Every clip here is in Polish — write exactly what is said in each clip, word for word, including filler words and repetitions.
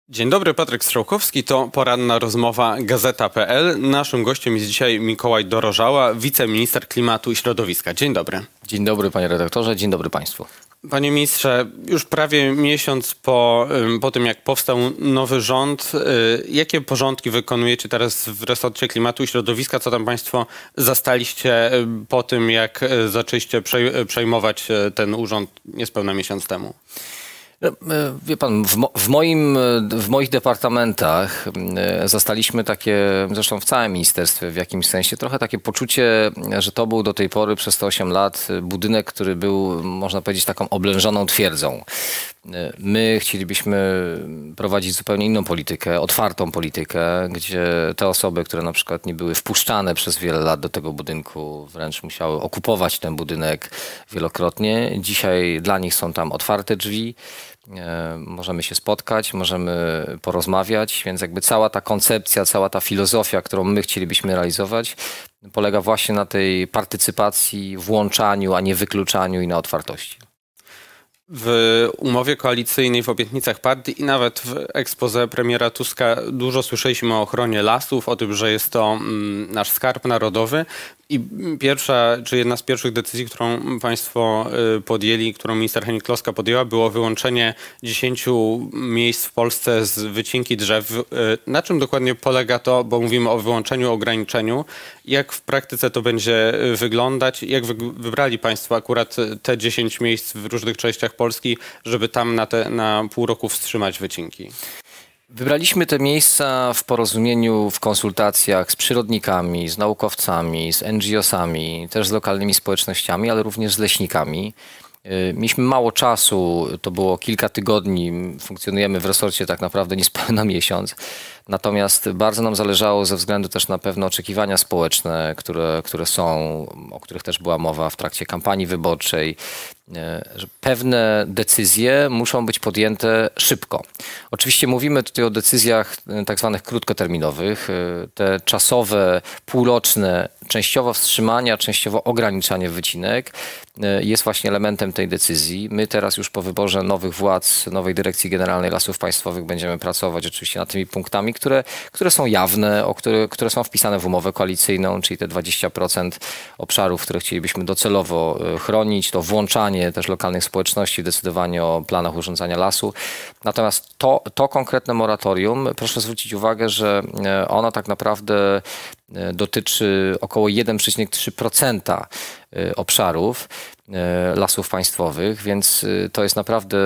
Dzień dobry, Patryk Strzałkowski, to poranna rozmowa Gazeta kropka pe el. Naszym gościem jest dzisiaj Mikołaj Dorożała, wiceminister klimatu i środowiska. Dzień dobry. Dzień dobry, panie redaktorze, dzień dobry państwu. Panie ministrze, już prawie miesiąc po, po tym, jak powstał nowy rząd, jakie porządki wykonujecie teraz w resorcie klimatu i środowiska? Co tam państwo zastaliście po tym, jak zaczęliście przejmować ten urząd niespełna miesiąc temu? Wie pan, w, mo w, moim, w moich departamentach zastaliśmy takie, zresztą w całym ministerstwie w jakimś sensie, trochę takie poczucie, że to był do tej pory przez te osiem lat budynek, który był, można powiedzieć, taką oblężoną twierdzą. My chcielibyśmy prowadzić zupełnie inną politykę, otwartą politykę, gdzie te osoby, które na przykład nie były wpuszczane przez wiele lat do tego budynku, wręcz musiały okupować ten budynek wielokrotnie. Dzisiaj dla nich są tam otwarte drzwi. Możemy się spotkać, możemy porozmawiać, więc jakby cała ta koncepcja, cała ta filozofia, którą my chcielibyśmy realizować, polega właśnie na tej partycypacji, włączaniu, a nie wykluczaniu i na otwartości. W umowie koalicyjnej, w obietnicach partii i nawet w exposé premiera Tuska dużo słyszeliśmy o ochronie lasów, o tym, że jest to mm, nasz skarb narodowy. I pierwsza, czy jedna z pierwszych decyzji, którą państwo podjęli, którą minister Hennig-Kloska podjęła, było wyłączenie dziesięciu miejsc w Polsce z wycinki drzew. Na czym dokładnie polega to, bo mówimy o wyłączeniu, ograniczeniu. Jak w praktyce to będzie wyglądać? Jak wy, wybrali państwo akurat te dziesięć miejsc w różnych częściach Polski, żeby tam na, te, na pół roku wstrzymać wycinki? Wybraliśmy te miejsca w porozumieniu, w konsultacjach z przyrodnikami, z naukowcami, z en dżi osami, też z lokalnymi społecznościami, ale również z leśnikami. Mieliśmy mało czasu, to było kilka tygodni, funkcjonujemy w resorcie tak naprawdę niespełna miesiąc. Natomiast bardzo nam zależało ze względu też na pewne oczekiwania społeczne, które, które są, o których też była mowa w trakcie kampanii wyborczej, że pewne decyzje muszą być podjęte szybko. Oczywiście mówimy tutaj o decyzjach tak zwanych krótkoterminowych. Te czasowe, półroczne, częściowo wstrzymania, częściowo ograniczanie wycinek jest właśnie elementem tej decyzji. My teraz już po wyborze nowych władz, nowej Dyrekcji Generalnej Lasów Państwowych będziemy pracować oczywiście nad tymi punktami, które, które są jawne, o które, które są wpisane w umowę koalicyjną, czyli te dwadzieścia procent obszarów, które chcielibyśmy docelowo chronić, to włączanie też lokalnych społeczności w decydowanie o planach urządzania lasu. Natomiast to, to konkretne moratorium, proszę zwrócić uwagę, że ono tak naprawdę dotyczy około jeden przecinek trzy procent obszarów lasów państwowych, więc to jest naprawdę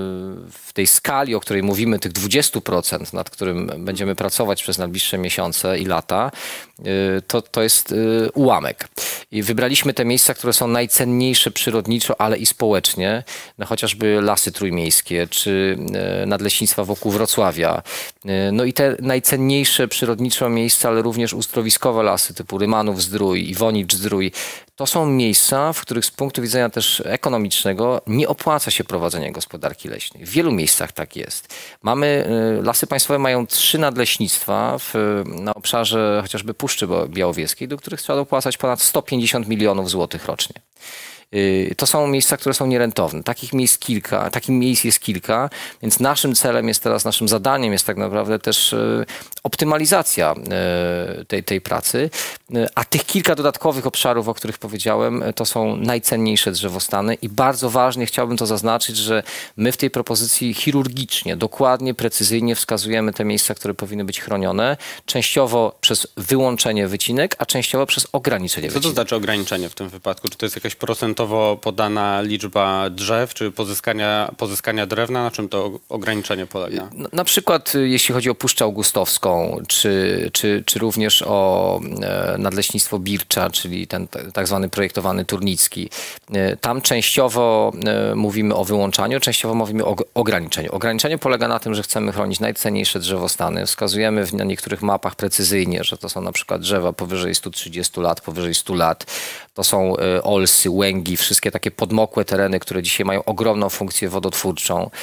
w tej skali, o której mówimy, tych dwadzieścia procent, nad którym będziemy pracować przez najbliższe miesiące i lata, to, to jest ułamek. I wybraliśmy te miejsca, które są najcenniejsze przyrodniczo, ale i społecznie, no chociażby lasy trójmiejskie, czy nadleśnictwa wokół Wrocławia. No i te najcenniejsze przyrodniczo miejsca, ale również uzdrowiskowe lasy typu Rymanów-Zdrój, Iwonicz-Zdrój. To są miejsca, w których z punktu widzenia też ekonomicznego nie opłaca się prowadzenie gospodarki leśnej. W wielu miejscach tak jest. Mamy, lasy państwowe mają trzy nadleśnictwa w, na obszarze chociażby Puszczy Białowieskiej, do których trzeba dopłacać ponad sto pięćdziesiąt milionów złotych rocznie. To są miejsca, które są nierentowne. Takich miejsc kilka, takich miejsc jest kilka, więc naszym celem jest teraz, naszym zadaniem jest tak naprawdę też optymalizacja tej, tej pracy, a tych kilka dodatkowych obszarów, o których powiedziałem, to są najcenniejsze drzewostany i bardzo ważnie chciałbym to zaznaczyć, że my w tej propozycji chirurgicznie, dokładnie, precyzyjnie wskazujemy te miejsca, które powinny być chronione, częściowo przez wyłączenie wycinek, a częściowo przez ograniczenie Co wycinek. Co to znaczy ograniczenie w tym wypadku? Czy to jest jakaś procentowo podana liczba drzew, czy pozyskania, pozyskania drewna? Na czym to ograniczenie polega? Na, na przykład jeśli chodzi o Puszczę Augustowską, czy, czy, czy również o e, Nadleśnictwo Bircza, czyli ten t, tak zwany projektowany Turnicki. E, tam częściowo e, mówimy o wyłączaniu, częściowo mówimy o ograniczeniu. Ograniczenie polega na tym, że chcemy chronić najcenniejsze drzewostany. Wskazujemy w, na niektórych mapach precyzyjnie, że to są na przykład drzewa powyżej stu trzydziestu lat, powyżej stu lat. To są e, olsy, łęgi, wszystkie takie podmokłe tereny, które dzisiaj mają ogromną funkcję wodotwórczą.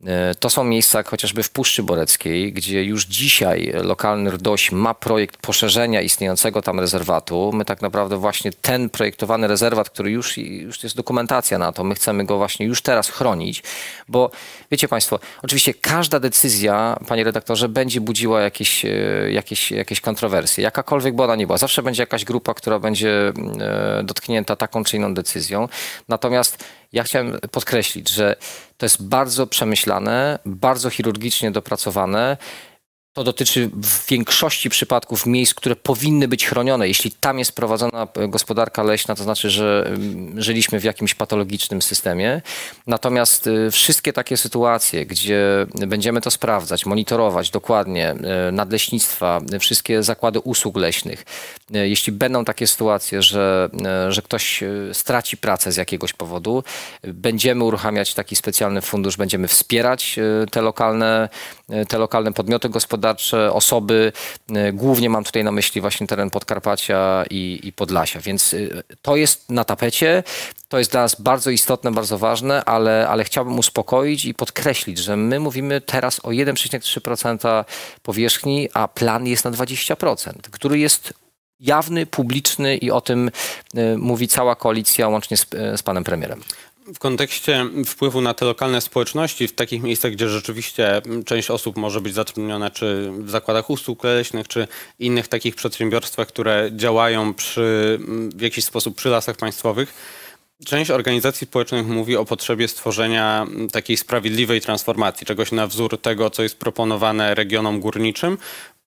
To są miejsca jak chociażby w Puszczy Boreckiej, gdzie już dzisiaj lokalny R D O Ś ma projekt poszerzenia istniejącego tam rezerwatu. My tak naprawdę właśnie ten projektowany rezerwat, który już, już jest dokumentacja na to, my chcemy go właśnie już teraz chronić, bo wiecie Państwo, oczywiście każda decyzja, panie redaktorze, będzie budziła jakieś, jakieś, jakieś kontrowersje, jakakolwiek by ona nie była. Zawsze będzie jakaś grupa, która będzie dotknięta taką czy inną decyzją. Natomiast ja chciałem podkreślić, że to jest bardzo przemyślane, bardzo chirurgicznie dopracowane. To dotyczy w większości przypadków miejsc, które powinny być chronione. Jeśli tam jest prowadzona gospodarka leśna, to znaczy, że żyliśmy w jakimś patologicznym systemie. Natomiast wszystkie takie sytuacje, gdzie będziemy to sprawdzać, monitorować dokładnie, nadleśnictwa, wszystkie zakłady usług leśnych, jeśli będą takie sytuacje, że, że ktoś straci pracę z jakiegoś powodu, będziemy uruchamiać taki specjalny fundusz, będziemy wspierać te lokalne, te lokalne podmioty gospodarcze, osoby, głównie mam tutaj na myśli właśnie teren Podkarpacia i, i Podlasia, więc to jest na tapecie, to jest dla nas bardzo istotne, bardzo ważne, ale, ale chciałbym uspokoić i podkreślić, że my mówimy teraz o jeden przecinek trzy procent powierzchni, a plan jest na dwadzieścia procent, który jest jawny, publiczny i o tym mówi cała koalicja łącznie z, z panem premierem. W kontekście wpływu na te lokalne społeczności, w takich miejscach, gdzie rzeczywiście część osób może być zatrudniona czy w zakładach usług leśnych, czy innych takich przedsiębiorstwach, które działają przy, w jakiś sposób przy lasach państwowych, część organizacji społecznych mówi o potrzebie stworzenia takiej sprawiedliwej transformacji, czegoś na wzór tego, co jest proponowane regionom górniczym,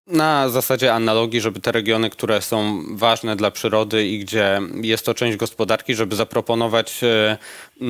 na zasadzie analogii, żeby te regiony, które są ważne dla przyrody i gdzie jest to część gospodarki, żeby zaproponować e,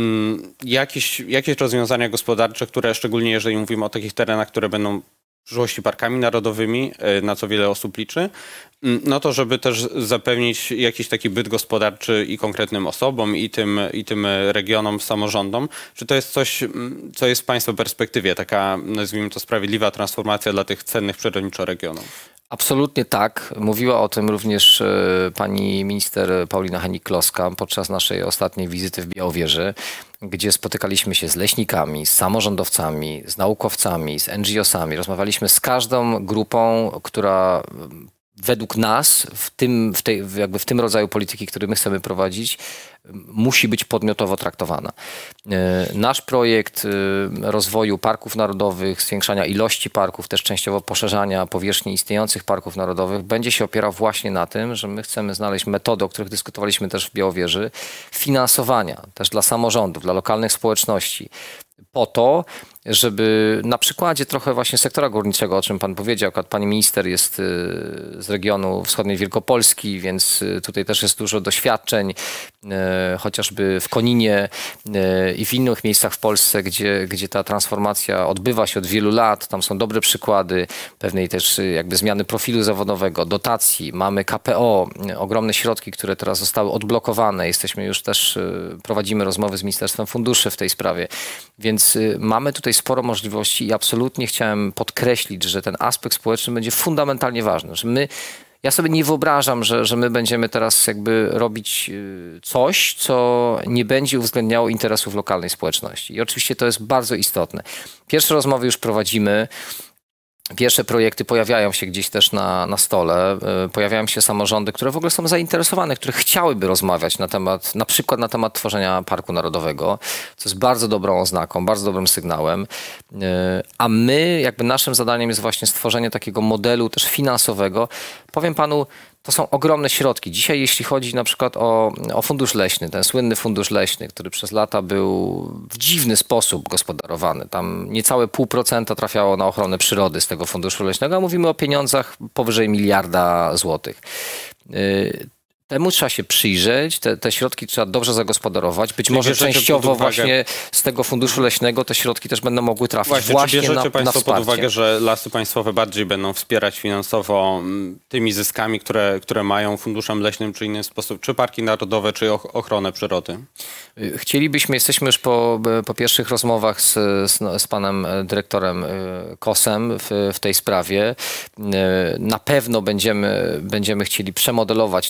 m, jakieś, jakieś rozwiązania gospodarcze, które szczególnie jeżeli mówimy o takich terenach, które będą w przyszłości parkami narodowymi, e, na co wiele osób liczy, no to żeby też zapewnić jakiś taki byt gospodarczy i konkretnym osobom, i tym, i tym regionom, samorządom. Czy to jest coś, co jest w Państwa perspektywie, taka, nazwijmy to, sprawiedliwa transformacja dla tych cennych przyrodniczo regionów? Absolutnie tak. Mówiła o tym również pani minister Paulina Hennig-Kloska podczas naszej ostatniej wizyty w Białowieży, gdzie spotykaliśmy się z leśnikami, z samorządowcami, z naukowcami, z N G O sami. Rozmawialiśmy z każdą grupą, która według nas w tym, w tej, jakby w tym rodzaju polityki, który my chcemy prowadzić, musi być podmiotowo traktowana. Nasz projekt rozwoju parków narodowych, zwiększania ilości parków, też częściowo poszerzania powierzchni istniejących parków narodowych będzie się opierał właśnie na tym, że my chcemy znaleźć metody, o których dyskutowaliśmy też w Białowieży, finansowania też dla samorządów, dla lokalnych społeczności, po to, żeby na przykładzie trochę właśnie sektora górniczego, o czym pan powiedział, akurat pani minister jest z regionu wschodniej Wielkopolski, więc tutaj też jest dużo doświadczeń, chociażby w Koninie i w innych miejscach w Polsce, gdzie, gdzie ta transformacja odbywa się od wielu lat. Tam są dobre przykłady pewnej też jakby zmiany profilu zawodowego, dotacji. Mamy K P O, ogromne środki, które teraz zostały odblokowane. Jesteśmy już też, prowadzimy rozmowy z Ministerstwem Funduszy w tej sprawie, więc mamy tutaj sporo możliwości i absolutnie chciałem podkreślić, że ten aspekt społeczny będzie fundamentalnie ważny. Że my, ja sobie nie wyobrażam, że, że my będziemy teraz jakby robić coś, co nie będzie uwzględniało interesów lokalnej społeczności. I oczywiście to jest bardzo istotne. Pierwsze rozmowy już prowadzimy. Pierwsze projekty pojawiają się gdzieś też na, na stole, pojawiają się samorządy, które w ogóle są zainteresowane, które chciałyby rozmawiać na temat, na przykład na temat tworzenia Parku Narodowego, co jest bardzo dobrą oznaką, bardzo dobrym sygnałem, a my jakby naszym zadaniem jest właśnie stworzenie takiego modelu też finansowego. Powiem panu, to są ogromne środki. Dzisiaj jeśli chodzi na przykład o, o fundusz leśny, ten słynny fundusz leśny, który przez lata był w dziwny sposób gospodarowany. Tam niecałe pół procenta trafiało na ochronę przyrody z tego funduszu leśnego, a mówimy o pieniądzach powyżej miliarda złotych. Temu trzeba się przyjrzeć, te, te środki trzeba dobrze zagospodarować. Być może częściowo właśnie z tego funduszu leśnego te środki też będą mogły trafić właśnie, właśnie czy bierzecie na, Państwo na wsparcie. pod uwagę, że lasy państwowe bardziej będą wspierać finansowo tymi zyskami, które, które mają funduszem leśnym, czy inny sposób, czy parki narodowe, czy ochronę przyrody? Chcielibyśmy, jesteśmy już po, po pierwszych rozmowach z, z, z panem dyrektorem Kosem w, w tej sprawie. Na pewno będziemy, będziemy chcieli przemodelować też ten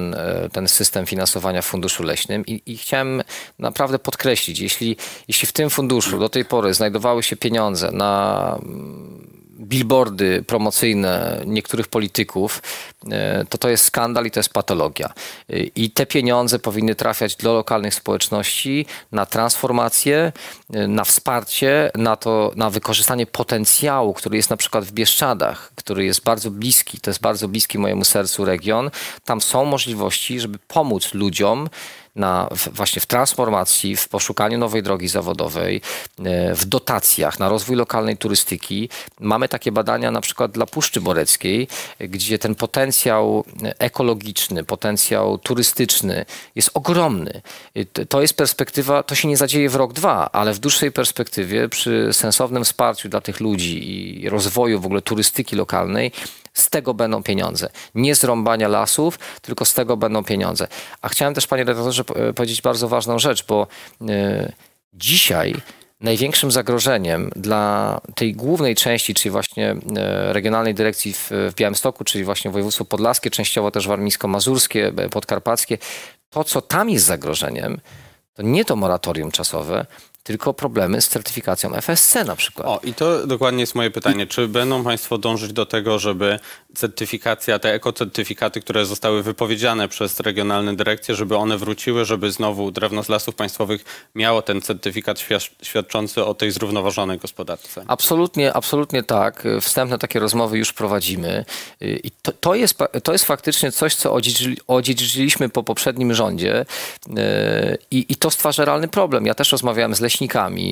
ten, ten system finansowania w Funduszu Leśnym i, i chciałem naprawdę podkreślić, jeśli, jeśli w tym funduszu do tej pory znajdowały się pieniądze na billboardy promocyjne niektórych polityków, to to jest skandal i to jest patologia. I te pieniądze powinny trafiać do lokalnych społeczności na transformację, na wsparcie, na to, na wykorzystanie potencjału, który jest na przykład w Bieszczadach, który jest bardzo bliski, to jest bardzo bliski mojemu sercu region. Tam są możliwości, żeby pomóc ludziom na, w, właśnie w transformacji, w poszukaniu nowej drogi zawodowej, w dotacjach na rozwój lokalnej turystyki. Mamy takie badania na przykład dla Puszczy Boreckiej, gdzie ten potencjał ekologiczny, potencjał turystyczny jest ogromny. To jest perspektywa, to się nie zadzieje w rok, dwa, ale w dłuższej perspektywie przy sensownym wsparciu dla tych ludzi i rozwoju w ogóle turystyki lokalnej z tego będą pieniądze. Nie z rąbania lasów, tylko z tego będą pieniądze. A chciałem też, panie redaktorze, powiedzieć bardzo ważną rzecz, bo y, dzisiaj największym zagrożeniem dla tej głównej części, czyli właśnie y, Regionalnej Dyrekcji w, w Białymstoku, czyli właśnie województwo podlaskie, częściowo też warmińsko-mazurskie, podkarpackie, to co tam jest zagrożeniem, to nie to moratorium czasowe, tylko problemy z certyfikacją F S C na przykład. O, i to dokładnie jest moje pytanie. Czy będą państwo dążyć do tego, żeby certyfikacja, te ekocertyfikaty, które zostały wypowiedziane przez regionalne dyrekcje, żeby one wróciły, żeby znowu drewno z Lasów Państwowych miało ten certyfikat świadczący o tej zrównoważonej gospodarce? Absolutnie, absolutnie tak. Wstępne takie rozmowy już prowadzimy. I to, to, jest, to jest faktycznie coś, co odziedziczyli, odziedziczyliśmy po poprzednim rządzie i, i to stwarza realny problem. Ja też rozmawiałem z leśnikami,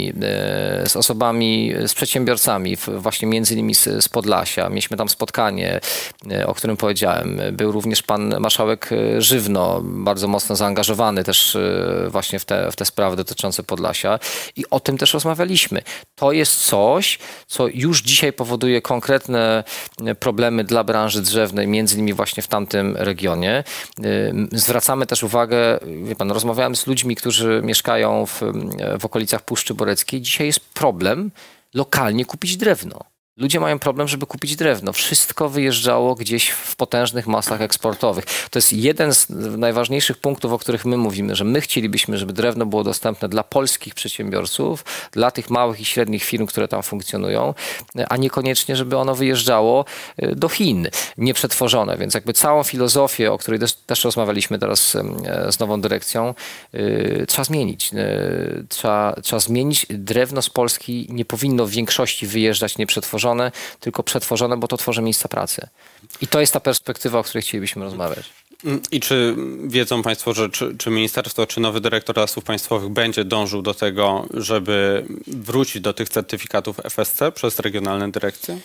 z osobami, z przedsiębiorcami, właśnie między innymi z, z Podlasia. Mieliśmy tam spotkanie, o którym powiedziałem. Był również pan marszałek Żywno, bardzo mocno zaangażowany też właśnie w te, w te sprawy dotyczące Podlasia i o tym też rozmawialiśmy. To jest coś, co już dzisiaj powoduje konkretne problemy dla branży drzewnej, między innymi właśnie w tamtym regionie. Zwracamy też uwagę, wie pan, rozmawiałem z ludźmi, którzy mieszkają w, w okolicach Puszczy Boreckiej. Dzisiaj jest problem lokalnie kupić drewno. Ludzie mają problem, żeby kupić drewno. Wszystko wyjeżdżało gdzieś w potężnych masach eksportowych. To jest jeden z najważniejszych punktów, o których my mówimy, że my chcielibyśmy, żeby drewno było dostępne dla polskich przedsiębiorców, dla tych małych i średnich firm, które tam funkcjonują, a niekoniecznie, żeby ono wyjeżdżało do Chin, nieprzetworzone. Więc jakby całą filozofię, o której też, też rozmawialiśmy teraz z nową dyrekcją, yy, trzeba zmienić. Yy, trzeba, trzeba zmienić. Drewno z Polski nie powinno w większości wyjeżdżać nieprzetworzone, tylko przetworzone, bo to tworzy miejsca pracy. I to jest ta perspektywa, o której chcielibyśmy rozmawiać. I czy wiedzą państwo, że czy, czy ministerstwo, czy nowy dyrektor Lasów Państwowych będzie dążył do tego, żeby wrócić do tych certyfikatów F S C przez regionalne dyrekcje?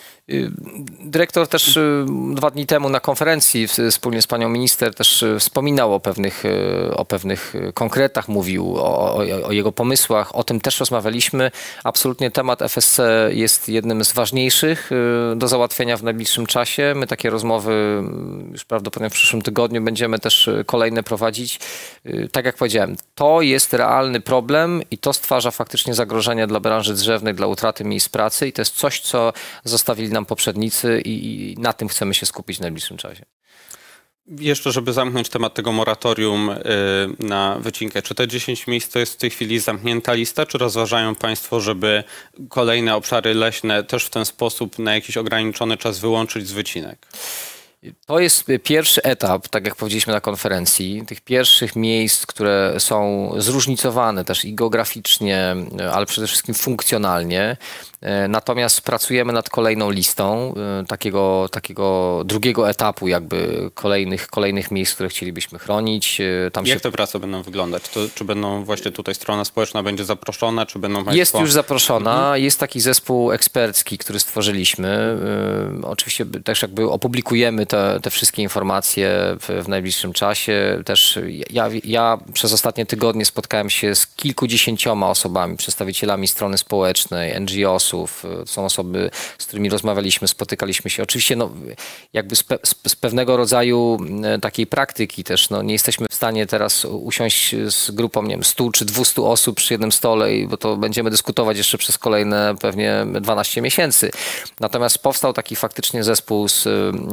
Dyrektor też dwa dni temu na konferencji wspólnie z panią minister też wspominał o pewnych, o pewnych konkretach, mówił o, o, o jego pomysłach. O tym też rozmawialiśmy. Absolutnie temat F S C jest jednym z ważniejszych do załatwienia w najbliższym czasie. My takie rozmowy już prawdopodobnie w przyszłym tygodniu będziemy też kolejne prowadzić. Tak jak powiedziałem, to jest realny problem i to stwarza faktycznie zagrożenie dla branży drzewnej, dla utraty miejsc pracy i to jest coś, co zostawili nam poprzednicy i na tym chcemy się skupić w najbliższym czasie. Jeszcze, żeby zamknąć temat tego moratorium yy, na wycinkę, czy te dziesięć miejsc to jest w tej chwili zamknięta lista, czy rozważają państwo, żeby kolejne obszary leśne też w ten sposób na jakiś ograniczony czas wyłączyć z wycinek? To jest pierwszy etap, tak jak powiedzieliśmy na konferencji, tych pierwszych miejsc, które są zróżnicowane też i geograficznie, ale przede wszystkim funkcjonalnie. Natomiast pracujemy nad kolejną listą takiego, takiego drugiego etapu jakby kolejnych, kolejnych miejsc, które chcielibyśmy chronić. Tam Jak się... te prace będą wyglądać? To, czy będą właśnie tutaj strona społeczna będzie zaproszona, czy będą państwo... Jest już zaproszona. Mhm. Jest taki zespół ekspercki, który stworzyliśmy. Oczywiście też jakby opublikujemy te, te wszystkie informacje w, w najbliższym czasie. Też ja, ja przez ostatnie tygodnie spotkałem się z kilkudziesięcioma osobami, przedstawicielami strony społecznej, N G O sów. To są osoby, z którymi rozmawialiśmy, spotykaliśmy się. Oczywiście no, jakby z, pe, z pewnego rodzaju takiej praktyki też. No, nie jesteśmy w stanie teraz usiąść z grupą, nie wiem, stu czy dwustu osób przy jednym stole, bo to będziemy dyskutować jeszcze przez kolejne pewnie dwanaście miesięcy. Natomiast powstał taki faktycznie zespół z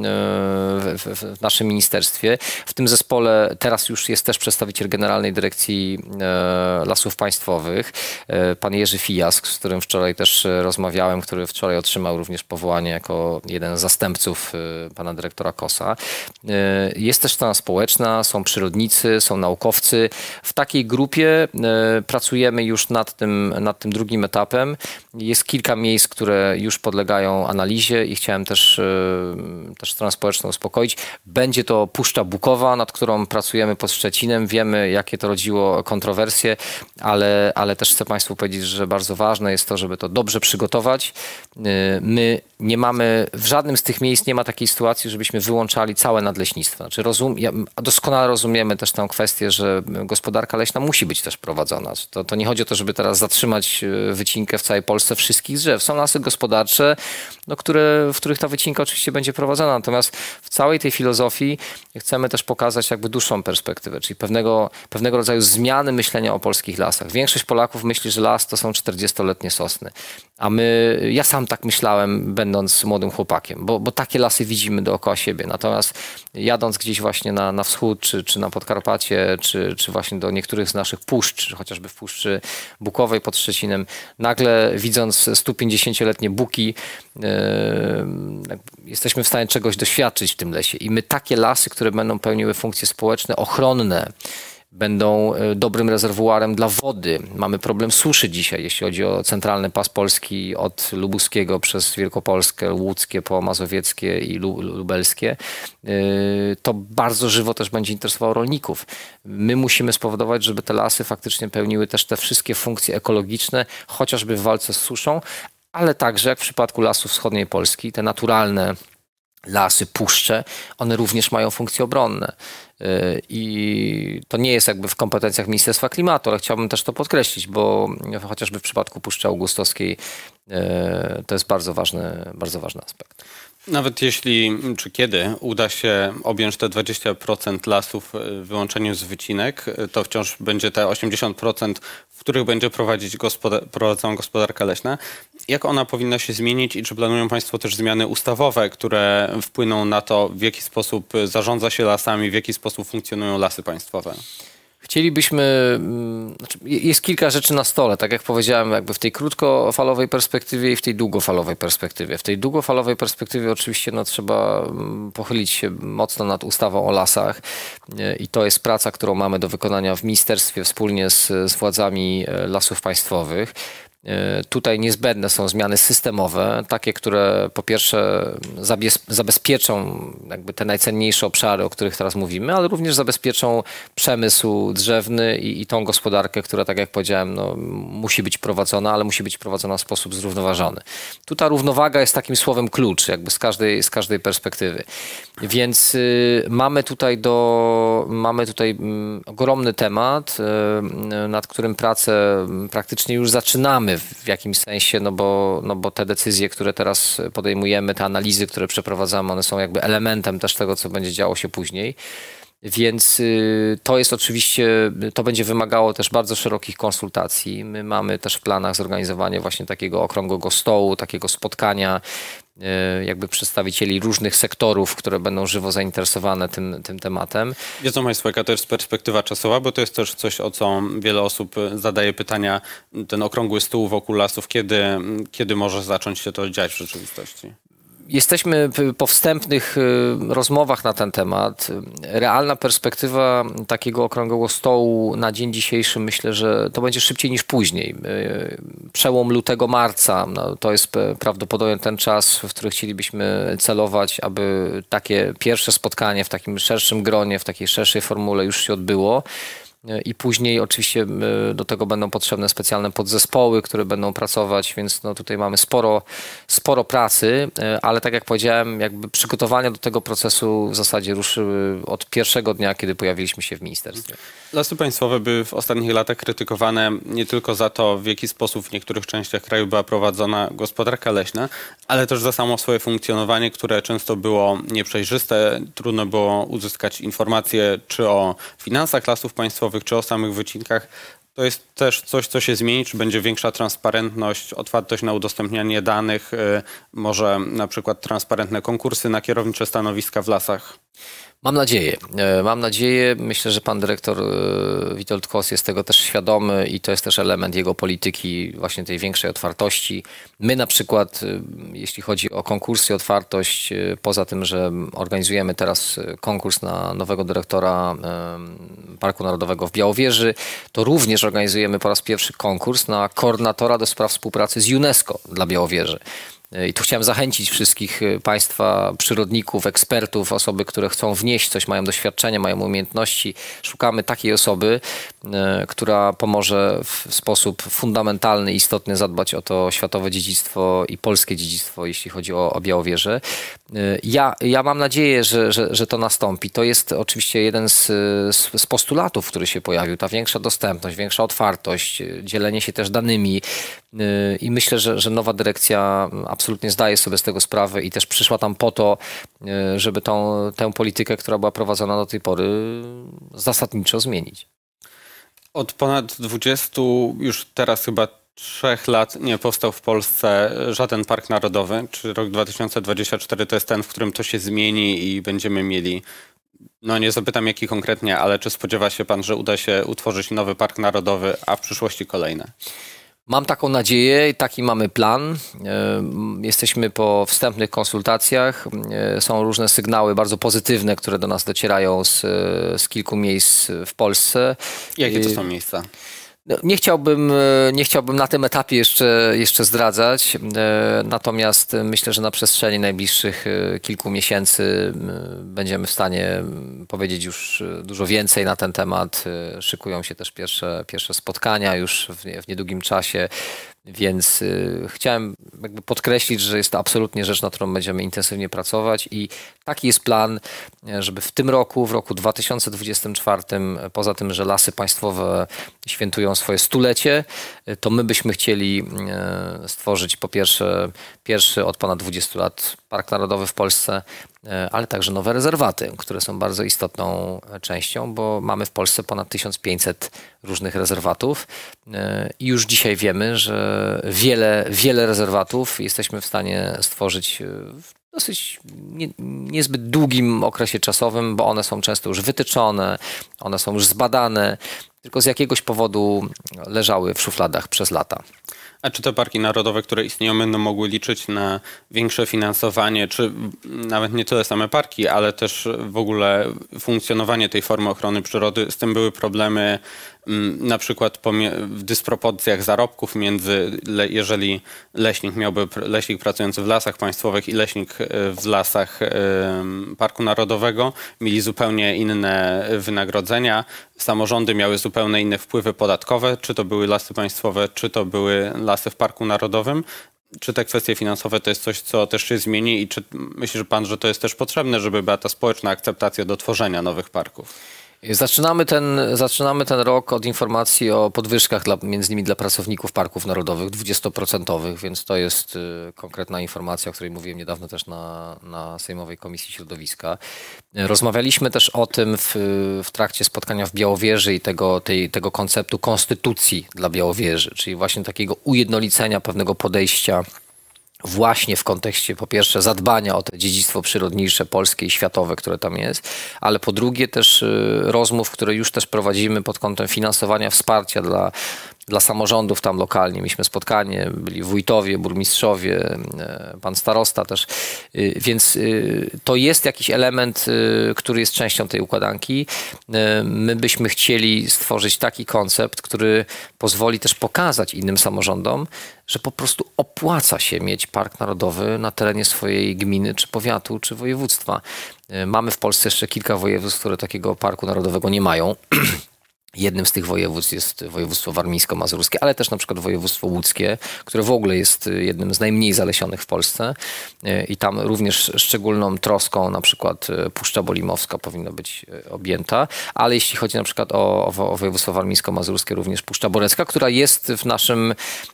w, w naszym ministerstwie. W tym zespole teraz już jest też przedstawiciel Generalnej Dyrekcji Lasów Państwowych, pan Jerzy Fijask, z którym wczoraj też rozmawiałem, który wczoraj otrzymał również powołanie jako jeden z zastępców pana dyrektora Kosa. Jest też strona społeczna, są przyrodnicy, są naukowcy. W takiej grupie pracujemy już nad tym, nad tym drugim etapem. Jest kilka miejsc, które już podlegają analizie i chciałem też, też stronę społeczną uspokoić. Będzie to Puszcza Bukowa, nad którą pracujemy pod Szczecinem. Wiemy, jakie to rodziło kontrowersje, ale, ale też chcę Państwu powiedzieć, że bardzo ważne jest to, żeby to dobrze przygotować. My nie mamy, w żadnym z tych miejsc nie ma takiej sytuacji, żebyśmy wyłączali całe nadleśnictwo. Znaczy rozum, ja, doskonale rozumiemy też tę kwestię, że gospodarka leśna musi być też prowadzona. To, to nie chodzi o to, żeby teraz zatrzymać wycinkę w całej Polsce wszystkich drzew. Są lasy gospodarcze, no, które, w których ta wycinka oczywiście będzie prowadzona. Natomiast w całej tej filozofii chcemy też pokazać jakby dłuższą perspektywę, czyli pewnego, pewnego rodzaju zmiany myślenia o polskich lasach. Większość Polaków myśli, że las to są czterdziestoletnie sosny. A my, ja sam tak myślałem, będąc młodym chłopakiem, bo, bo takie lasy widzimy dookoła siebie. Natomiast jadąc gdzieś właśnie na, na wschód, czy, czy na Podkarpacie, czy, czy właśnie do niektórych z naszych puszcz, czy chociażby w Puszczy Bukowej pod Szczecinem, nagle widząc stupięćdziesięcioletnie buki, yy, jesteśmy w stanie czegoś doświadczyć w tym lesie. I my takie lasy, które będą pełniły funkcje społeczne, ochronne, będą dobrym rezerwuarem dla wody. Mamy problem suszy dzisiaj, jeśli chodzi o centralny pas Polski od lubuskiego przez Wielkopolskę, łódzkie po mazowieckie i lubelskie. To bardzo żywo też będzie interesowało rolników. My musimy spowodować, żeby te lasy faktycznie pełniły też te wszystkie funkcje ekologiczne, chociażby w walce z suszą, ale także jak w przypadku lasów wschodniej Polski, te naturalne lasy, puszcze, one również mają funkcje obronne. I to nie jest jakby w kompetencjach Ministerstwa Klimatu, ale chciałbym też to podkreślić, bo chociażby w przypadku Puszczy Augustowskiej to jest bardzo ważny, bardzo ważny aspekt. Nawet jeśli, czy kiedy uda się objąć te dwadzieścia procent lasów wyłączeniem z wycinek, to wciąż będzie te osiemdziesiąt procent, w których będzie prowadzić gospodar- prowadzą gospodarka leśna. Jak ona powinna się zmienić i czy planują Państwo też zmiany ustawowe, które wpłyną na to, w jaki sposób zarządza się lasami, w jaki sposób funkcjonują lasy państwowe? Chcielibyśmy, znaczy jest kilka rzeczy na stole, tak jak powiedziałem, jakby w tej krótkofalowej perspektywie i w tej długofalowej perspektywie. W tej długofalowej perspektywie oczywiście no, trzeba pochylić się mocno nad ustawą o lasach i to jest praca, którą mamy do wykonania w ministerstwie wspólnie z, z władzami lasów państwowych. Tutaj niezbędne są zmiany systemowe, takie, które po pierwsze zabezpieczą jakby te najcenniejsze obszary, o których teraz mówimy, ale również zabezpieczą przemysł drzewny i, i tą gospodarkę, która, tak jak powiedziałem, no, musi być prowadzona, ale musi być prowadzona w sposób zrównoważony. Tu ta równowaga jest takim słowem klucz, jakby z każdej, z każdej perspektywy. Więc y, mamy tutaj do, mamy tutaj y, ogromny temat, y, nad którym pracę praktycznie już zaczynamy w jakimś sensie, no bo, no bo te decyzje, które teraz podejmujemy, te analizy, które przeprowadzamy, one są jakby elementem też tego, co będzie działo się później. Więc to jest oczywiście, to będzie wymagało też bardzo szerokich konsultacji. My mamy też w planach zorganizowanie właśnie takiego okrągłego stołu, takiego spotkania jakby przedstawicieli różnych sektorów, które będą żywo zainteresowane tym, tym tematem. Wiedzą Państwo, jaka to jest perspektywa czasowa, bo to jest też coś, o co wiele osób zadaje pytania, ten okrągły stół wokół lasów, kiedy, kiedy może zacząć się to dziać w rzeczywistości? Jesteśmy po wstępnych rozmowach na ten temat. Realna perspektywa takiego okrągłego stołu na dzień dzisiejszy, myślę, że to będzie szybciej niż później. Przełom lutego, marca, no to jest prawdopodobnie ten czas, w który chcielibyśmy celować, aby takie pierwsze spotkanie w takim szerszym gronie, w takiej szerszej formule już się odbyło. I później oczywiście do tego będą potrzebne specjalne podzespoły, które będą pracować, więc no tutaj mamy sporo, sporo pracy, ale tak jak powiedziałem, jakby przygotowania do tego procesu w zasadzie ruszyły od pierwszego dnia, kiedy pojawiliśmy się w ministerstwie. Lasy państwowe były w ostatnich latach krytykowane nie tylko za to, w jaki sposób w niektórych częściach kraju była prowadzona gospodarka leśna, ale też za samo swoje funkcjonowanie, które często było nieprzejrzyste. Trudno było uzyskać informacje czy o finansach lasów państwowych, czy o samych wycinkach. To jest też coś, co się zmieni, czy będzie większa transparentność, otwartość na udostępnianie danych, może na przykład transparentne konkursy na kierownicze stanowiska w lasach? Mam nadzieję. Mam nadzieję. Myślę, że pan dyrektor Witold Kos jest tego też świadomy i to jest też element jego polityki, właśnie tej większej otwartości. My na przykład, jeśli chodzi o konkursy, otwartość, poza tym, że organizujemy teraz konkurs na nowego dyrektora Parku Narodowego w Białowieży, to również organizujemy po raz pierwszy konkurs na koordynatora do spraw współpracy z UNESCO dla Białowieży. I tu chciałem zachęcić wszystkich państwa, przyrodników, ekspertów, osoby, które chcą wnieść coś, mają doświadczenie, mają umiejętności. Szukamy takiej osoby, która pomoże w sposób fundamentalny, istotny zadbać o to światowe dziedzictwo i polskie dziedzictwo, jeśli chodzi o, o Białowiezę. Ja, ja mam nadzieję, że, że, że to nastąpi. To jest oczywiście jeden z, z postulatów, który się pojawił. Ta większa dostępność, większa otwartość, dzielenie się też danymi. I myślę, że, że nowa dyrekcja absolutnie zdaje sobie z tego sprawę i też przyszła tam po to, żeby tą, tę politykę, która była prowadzona do tej pory, zasadniczo zmienić. Od ponad dwudziestu, już teraz chyba trzech lat nie powstał w Polsce żaden park narodowy. Czy rok dwa tysiące dwudziesty czwarty to jest ten, w którym to się zmieni i będziemy mieli, no nie zapytam jaki konkretnie, ale czy spodziewa się pan, że uda się utworzyć nowy park narodowy, a w przyszłości kolejne? Mam taką nadzieję i taki mamy plan. Jesteśmy po wstępnych konsultacjach. Są różne sygnały bardzo pozytywne, które do nas docierają z, z kilku miejsc w Polsce. Jakie to są miejsca? Nie chciałbym, nie chciałbym na tym etapie jeszcze, jeszcze zdradzać, natomiast myślę, że na przestrzeni najbliższych kilku miesięcy będziemy w stanie powiedzieć już dużo więcej na ten temat. Szykują się też pierwsze, pierwsze spotkania już w, w niedługim czasie, więc chciałem jakby podkreślić, że jest to absolutnie rzecz, na którą będziemy intensywnie pracować i taki jest plan, żeby w tym roku, w roku dwa tysiące dwudziestym czwartym, poza tym, że Lasy Państwowe świętują swoje stulecie, to my byśmy chcieli stworzyć po pierwsze pierwszy od ponad dwudziestu lat Park Narodowy w Polsce, ale także nowe rezerwaty, które są bardzo istotną częścią, bo mamy w Polsce ponad tysiąc pięćset różnych rezerwatów i już dzisiaj wiemy, że wiele, wiele rezerwatów jesteśmy w stanie stworzyć w dosyć nie, niezbyt długim okresie czasowym, bo one są często już wytyczone, one są już zbadane, tylko z jakiegoś powodu leżały w szufladach przez lata. A czy te parki narodowe, które istnieją, będą mogły liczyć na większe finansowanie, czy nawet nie tyle same parki, ale też w ogóle funkcjonowanie tej formy ochrony przyrody? Z tym były problemy na przykład w dysproporcjach zarobków między, jeżeli leśnik miałby, leśnik pracujący w lasach państwowych i leśnik w lasach Parku Narodowego, mieli zupełnie inne wynagrodzenia. Samorządy miały zupełnie inne wpływy podatkowe, czy to były lasy państwowe, czy to były lasy w Parku Narodowym. Czy te kwestie finansowe to jest coś, co też się zmieni i czy myśli pan, że to jest też potrzebne, żeby była ta społeczna akceptacja do tworzenia nowych parków? Zaczynamy ten, zaczynamy ten rok od informacji o podwyżkach dla, między innymi dla pracowników parków narodowych dwudziestoprocentowych, więc to jest y, konkretna informacja, o której mówiłem niedawno też na, na Sejmowej Komisji Środowiska. Rozmawialiśmy też o tym w, w trakcie spotkania w Białowieży i tego, tej, tego konceptu konstytucji dla Białowieży, czyli właśnie takiego ujednolicenia pewnego podejścia właśnie w kontekście po pierwsze zadbania o to dziedzictwo przyrodnicze polskie i światowe, które tam jest, ale po drugie też rozmów, które już też prowadzimy pod kątem finansowania wsparcia dla, dla samorządów tam lokalnie. Mieliśmy spotkanie, byli wójtowie, burmistrzowie, pan starosta też, więc to jest jakiś element, który jest częścią tej układanki. My byśmy chcieli stworzyć taki koncept, który pozwoli też pokazać innym samorządom, że po prostu opłaca się mieć park narodowy na terenie swojej gminy, czy powiatu, czy województwa. Mamy w Polsce jeszcze kilka województw, które takiego parku narodowego nie mają. Jednym z tych województw jest województwo warmińsko-mazurskie, ale też na przykład województwo łódzkie, które w ogóle jest jednym z najmniej zalesionych w Polsce i tam również szczególną troską na przykład Puszcza Bolimowska powinna być objęta, ale jeśli chodzi na przykład o, o województwo warmińsko-mazurskie, również Puszcza Borecka, która jest w naszym,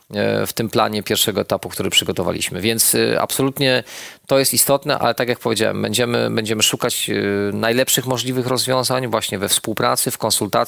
w tym planie pierwszego etapu, który przygotowaliśmy, więc absolutnie to jest istotne, ale tak jak powiedziałem, będziemy, będziemy szukać najlepszych możliwych rozwiązań właśnie we współpracy, w konsultacjach z lokalnymi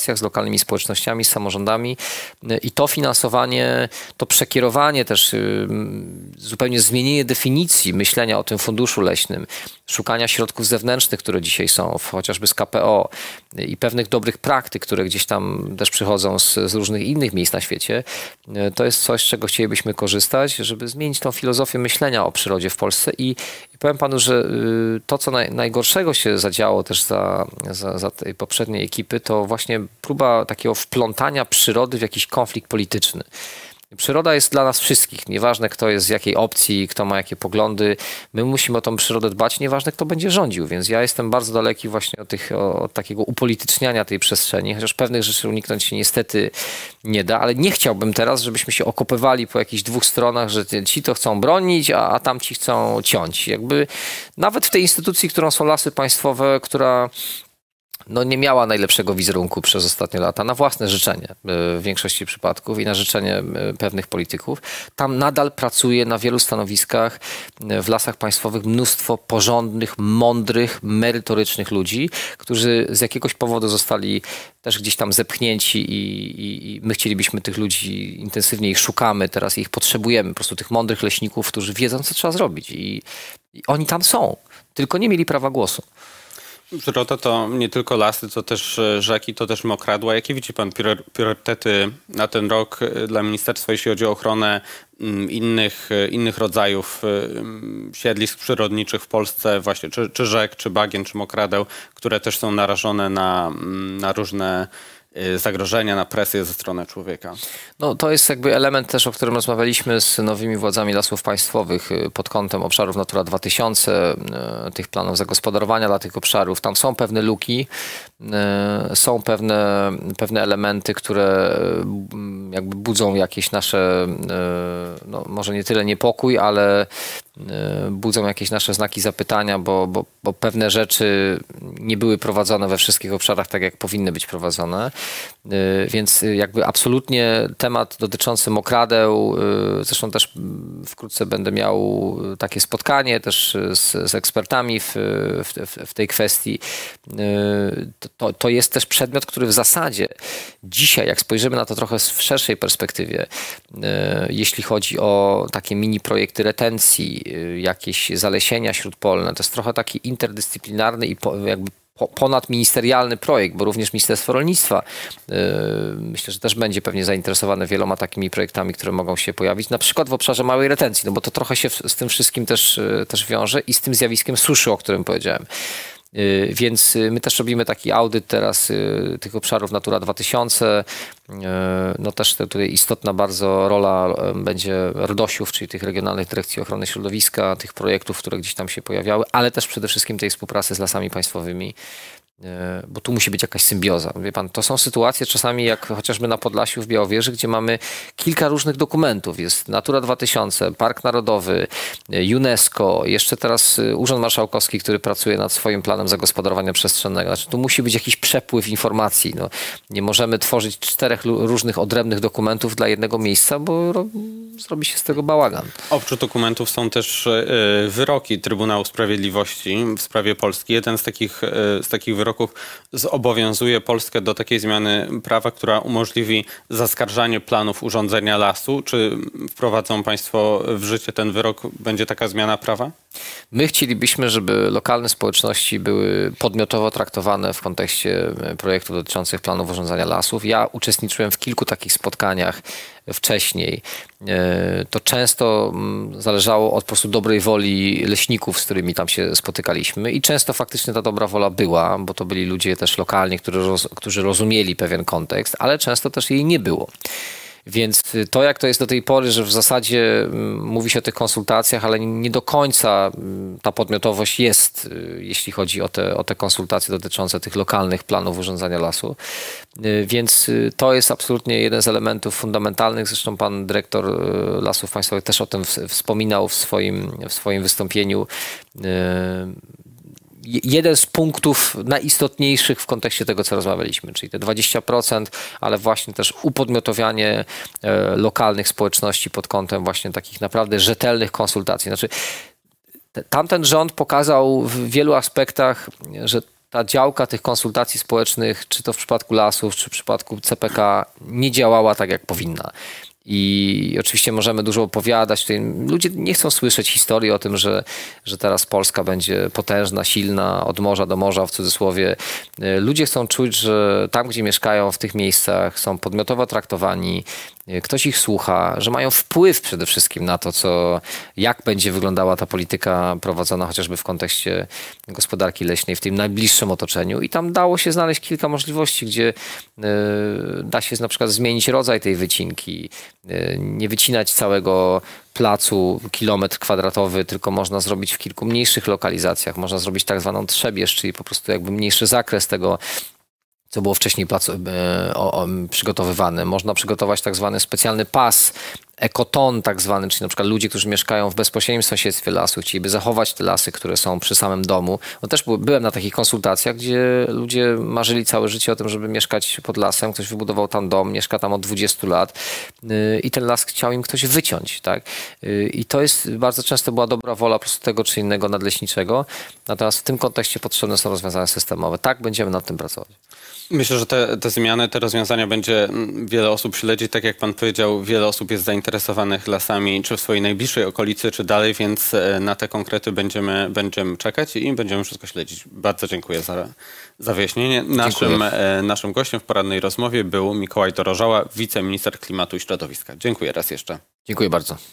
lokalnymi społecznościami, z samorządami i to finansowanie, to przekierowanie też, zupełnie zmienienie definicji myślenia o tym funduszu leśnym, szukania środków zewnętrznych, które dzisiaj są, chociażby z K P O i pewnych dobrych praktyk, które gdzieś tam też przychodzą z, z różnych innych miejsc na świecie, to jest coś, z czego chcielibyśmy korzystać, żeby zmienić tą filozofię myślenia o przyrodzie w Polsce i, i powiem panu, że to, co naj, najgorszego się zadziało też za, za, za tej poprzedniej ekipy, to właśnie próba takiego wplątania przyrody w jakiś konflikt polityczny. Przyroda jest dla nas wszystkich, nieważne kto jest z jakiej opcji, kto ma jakie poglądy, my musimy o tą przyrodę dbać, nieważne kto będzie rządził, więc ja jestem bardzo daleki właśnie od, tych, od takiego upolityczniania tej przestrzeni, chociaż pewnych rzeczy uniknąć się niestety nie da, ale nie chciałbym teraz, żebyśmy się okopywali po jakichś dwóch stronach, że ci to chcą bronić, a, a tamci chcą ciąć. Jakby nawet w tej instytucji, którą są Lasy Państwowe, która no nie miała najlepszego wizerunku przez ostatnie lata, na własne życzenie w większości przypadków i na życzenie pewnych polityków. Tam nadal pracuje na wielu stanowiskach w Lasach Państwowych mnóstwo porządnych, mądrych, merytorycznych ludzi, którzy z jakiegoś powodu zostali też gdzieś tam zepchnięci i, i, i my chcielibyśmy tych ludzi, intensywnie ich szukamy, teraz ich potrzebujemy, po prostu tych mądrych leśników, którzy wiedzą, co trzeba zrobić i, i oni tam są, tylko nie mieli prawa głosu. Przyroda to nie tylko lasy, to też rzeki, to też mokradła. Jakie widzi pan priorytety na ten rok dla ministerstwa, jeśli chodzi o ochronę innych, innych rodzajów siedlisk przyrodniczych w Polsce, właśnie czy, czy rzek, czy bagien, czy mokradeł, które też są narażone na, na różne zagrożenia, na presję ze strony człowieka? No, to jest jakby element też, o którym rozmawialiśmy z nowymi władzami lasów państwowych pod kątem obszarów Natura dwa tysiące, tych planów zagospodarowania dla tych obszarów. Tam są pewne luki, są pewne, pewne elementy, które jakby budzą jakieś nasze, no może nie tyle niepokój, ale budzą jakieś nasze znaki zapytania, bo, bo, bo pewne rzeczy nie były prowadzone we wszystkich obszarach tak, jak powinny być prowadzone. Więc jakby absolutnie temat dotyczący mokradeł, zresztą też wkrótce będę miał takie spotkanie też z, z ekspertami w, w, w tej kwestii. To, to jest też przedmiot, który w zasadzie dzisiaj, jak spojrzymy na to trochę w szerszej perspektywie, jeśli chodzi o takie mini projekty retencji, jakieś zalesienia śródpolne, to jest trochę taki interdyscyplinarny i po, jakby ponadministerialny projekt, bo również Ministerstwo Rolnictwa yy, myślę, że też będzie pewnie zainteresowane wieloma takimi projektami, które mogą się pojawić, na przykład w obszarze małej retencji, no bo to trochę się w, z tym wszystkim też, yy, też wiąże i z tym zjawiskiem suszy, o którym powiedziałem. Yy, więc my też robimy taki audyt teraz yy, tych obszarów Natura dwa tysiące. Yy, no też tutaj istotna bardzo rola yy, będzie RDOŚ-ów, czyli tych Regionalnych Dyrekcji Ochrony Środowiska, tych projektów, które gdzieś tam się pojawiały, ale też przede wszystkim tej współpracy z lasami państwowymi, yy, bo tu musi być jakaś symbioza. Wie pan, to są sytuacje czasami jak chociażby na Podlasiu w Białowieży, gdzie mamy kilka różnych dokumentów. Jest Natura dwa tysiące, Park Narodowy, UNESCO, jeszcze teraz Urząd Marszałkowski, który pracuje nad swoim planem zagospodarowania przestrzennego. Znaczy, tu musi być jakiś przepływ informacji. No, nie możemy tworzyć czterech różnych odrębnych dokumentów dla jednego miejsca, bo ro- zrobi się z tego bałagan. Oprócz dokumentów są też y, wyroki Trybunału Sprawiedliwości w sprawie Polski. Jeden z takich, y, z takich wyroków zobowiązuje Polskę do takiej zmiany prawa, która umożliwi zaskarżanie planów urządzenia lasu. Czy wprowadzą państwo w życie ten wyrok? Będzie taka zmiana prawa? My chcielibyśmy, żeby lokalne społeczności były podmiotowo traktowane w kontekście projektów dotyczących planów urządzania lasów. Ja uczestniczyłem w kilku takich spotkaniach wcześniej. To często zależało od po prostu dobrej woli leśników, z którymi tam się spotykaliśmy i często faktycznie ta dobra wola była, bo to byli ludzie też lokalni, którzy, roz, którzy rozumieli pewien kontekst, ale często też jej nie było. Więc to, jak to jest do tej pory, że w zasadzie mówi się o tych konsultacjach, ale nie do końca ta podmiotowość jest, jeśli chodzi o te, o te konsultacje dotyczące tych lokalnych planów urządzania lasu. Więc to jest absolutnie jeden z elementów fundamentalnych. Zresztą pan dyrektor Lasów Państwowych też o tym wspominał w swoim, w swoim wystąpieniu. Jeden z punktów najistotniejszych w kontekście tego, co rozmawialiśmy, czyli te dwadzieścia procent, ale właśnie też upodmiotowianie e, lokalnych społeczności pod kątem właśnie takich naprawdę rzetelnych konsultacji. Znaczy, te, tamten rząd pokazał w wielu aspektach, że ta działka tych konsultacji społecznych, czy to w przypadku lasów, czy w przypadku C P K, nie działała tak, jak powinna. I oczywiście możemy dużo opowiadać. Tutaj ludzie nie chcą słyszeć historii o tym, że, że teraz Polska będzie potężna, silna, od morza do morza w cudzysłowie. Ludzie chcą czuć, że tam, gdzie mieszkają, w tych miejscach są podmiotowo traktowani, ktoś ich słucha, że mają wpływ przede wszystkim na to, co, jak będzie wyglądała ta polityka prowadzona chociażby w kontekście gospodarki leśnej w tym najbliższym otoczeniu. I tam dało się znaleźć kilka możliwości, gdzie y, da się na przykład zmienić rodzaj tej wycinki, y, nie wycinać całego placu kilometr kwadratowy, tylko można zrobić w kilku mniejszych lokalizacjach. Można zrobić tak zwaną trzebież, czyli po prostu jakby mniejszy zakres tego, co było wcześniej placu, e, o, o, przygotowywane. Można przygotować tak zwany specjalny pas, ekoton tak zwany, czyli na przykład ludzie, którzy mieszkają w bezpośrednim sąsiedztwie lasu, chcieliby zachować te lasy, które są przy samym domu. No też był, byłem na takich konsultacjach, gdzie ludzie marzyli całe życie o tym, żeby mieszkać pod lasem. Ktoś wybudował tam dom, mieszka tam od dwudziestu lat yy, i ten las chciał im ktoś wyciąć. Tak? Yy, I to jest, bardzo często była dobra wola po prostu tego czy innego nadleśniczego. Natomiast w tym kontekście potrzebne są rozwiązania systemowe. Tak, będziemy nad tym pracować. Myślę, że te, te zmiany, te rozwiązania będzie wiele osób śledzić. Tak jak pan powiedział, wiele osób jest zainteresowanych lasami, czy w swojej najbliższej okolicy, czy dalej, więc na te konkrety będziemy, będziemy czekać i będziemy wszystko śledzić. Bardzo dziękuję za, za wyjaśnienie. Naszym, naszym gościem w porannej rozmowie był Mikołaj Dorożała, wiceminister klimatu i środowiska. Dziękuję raz jeszcze. Dziękuję bardzo.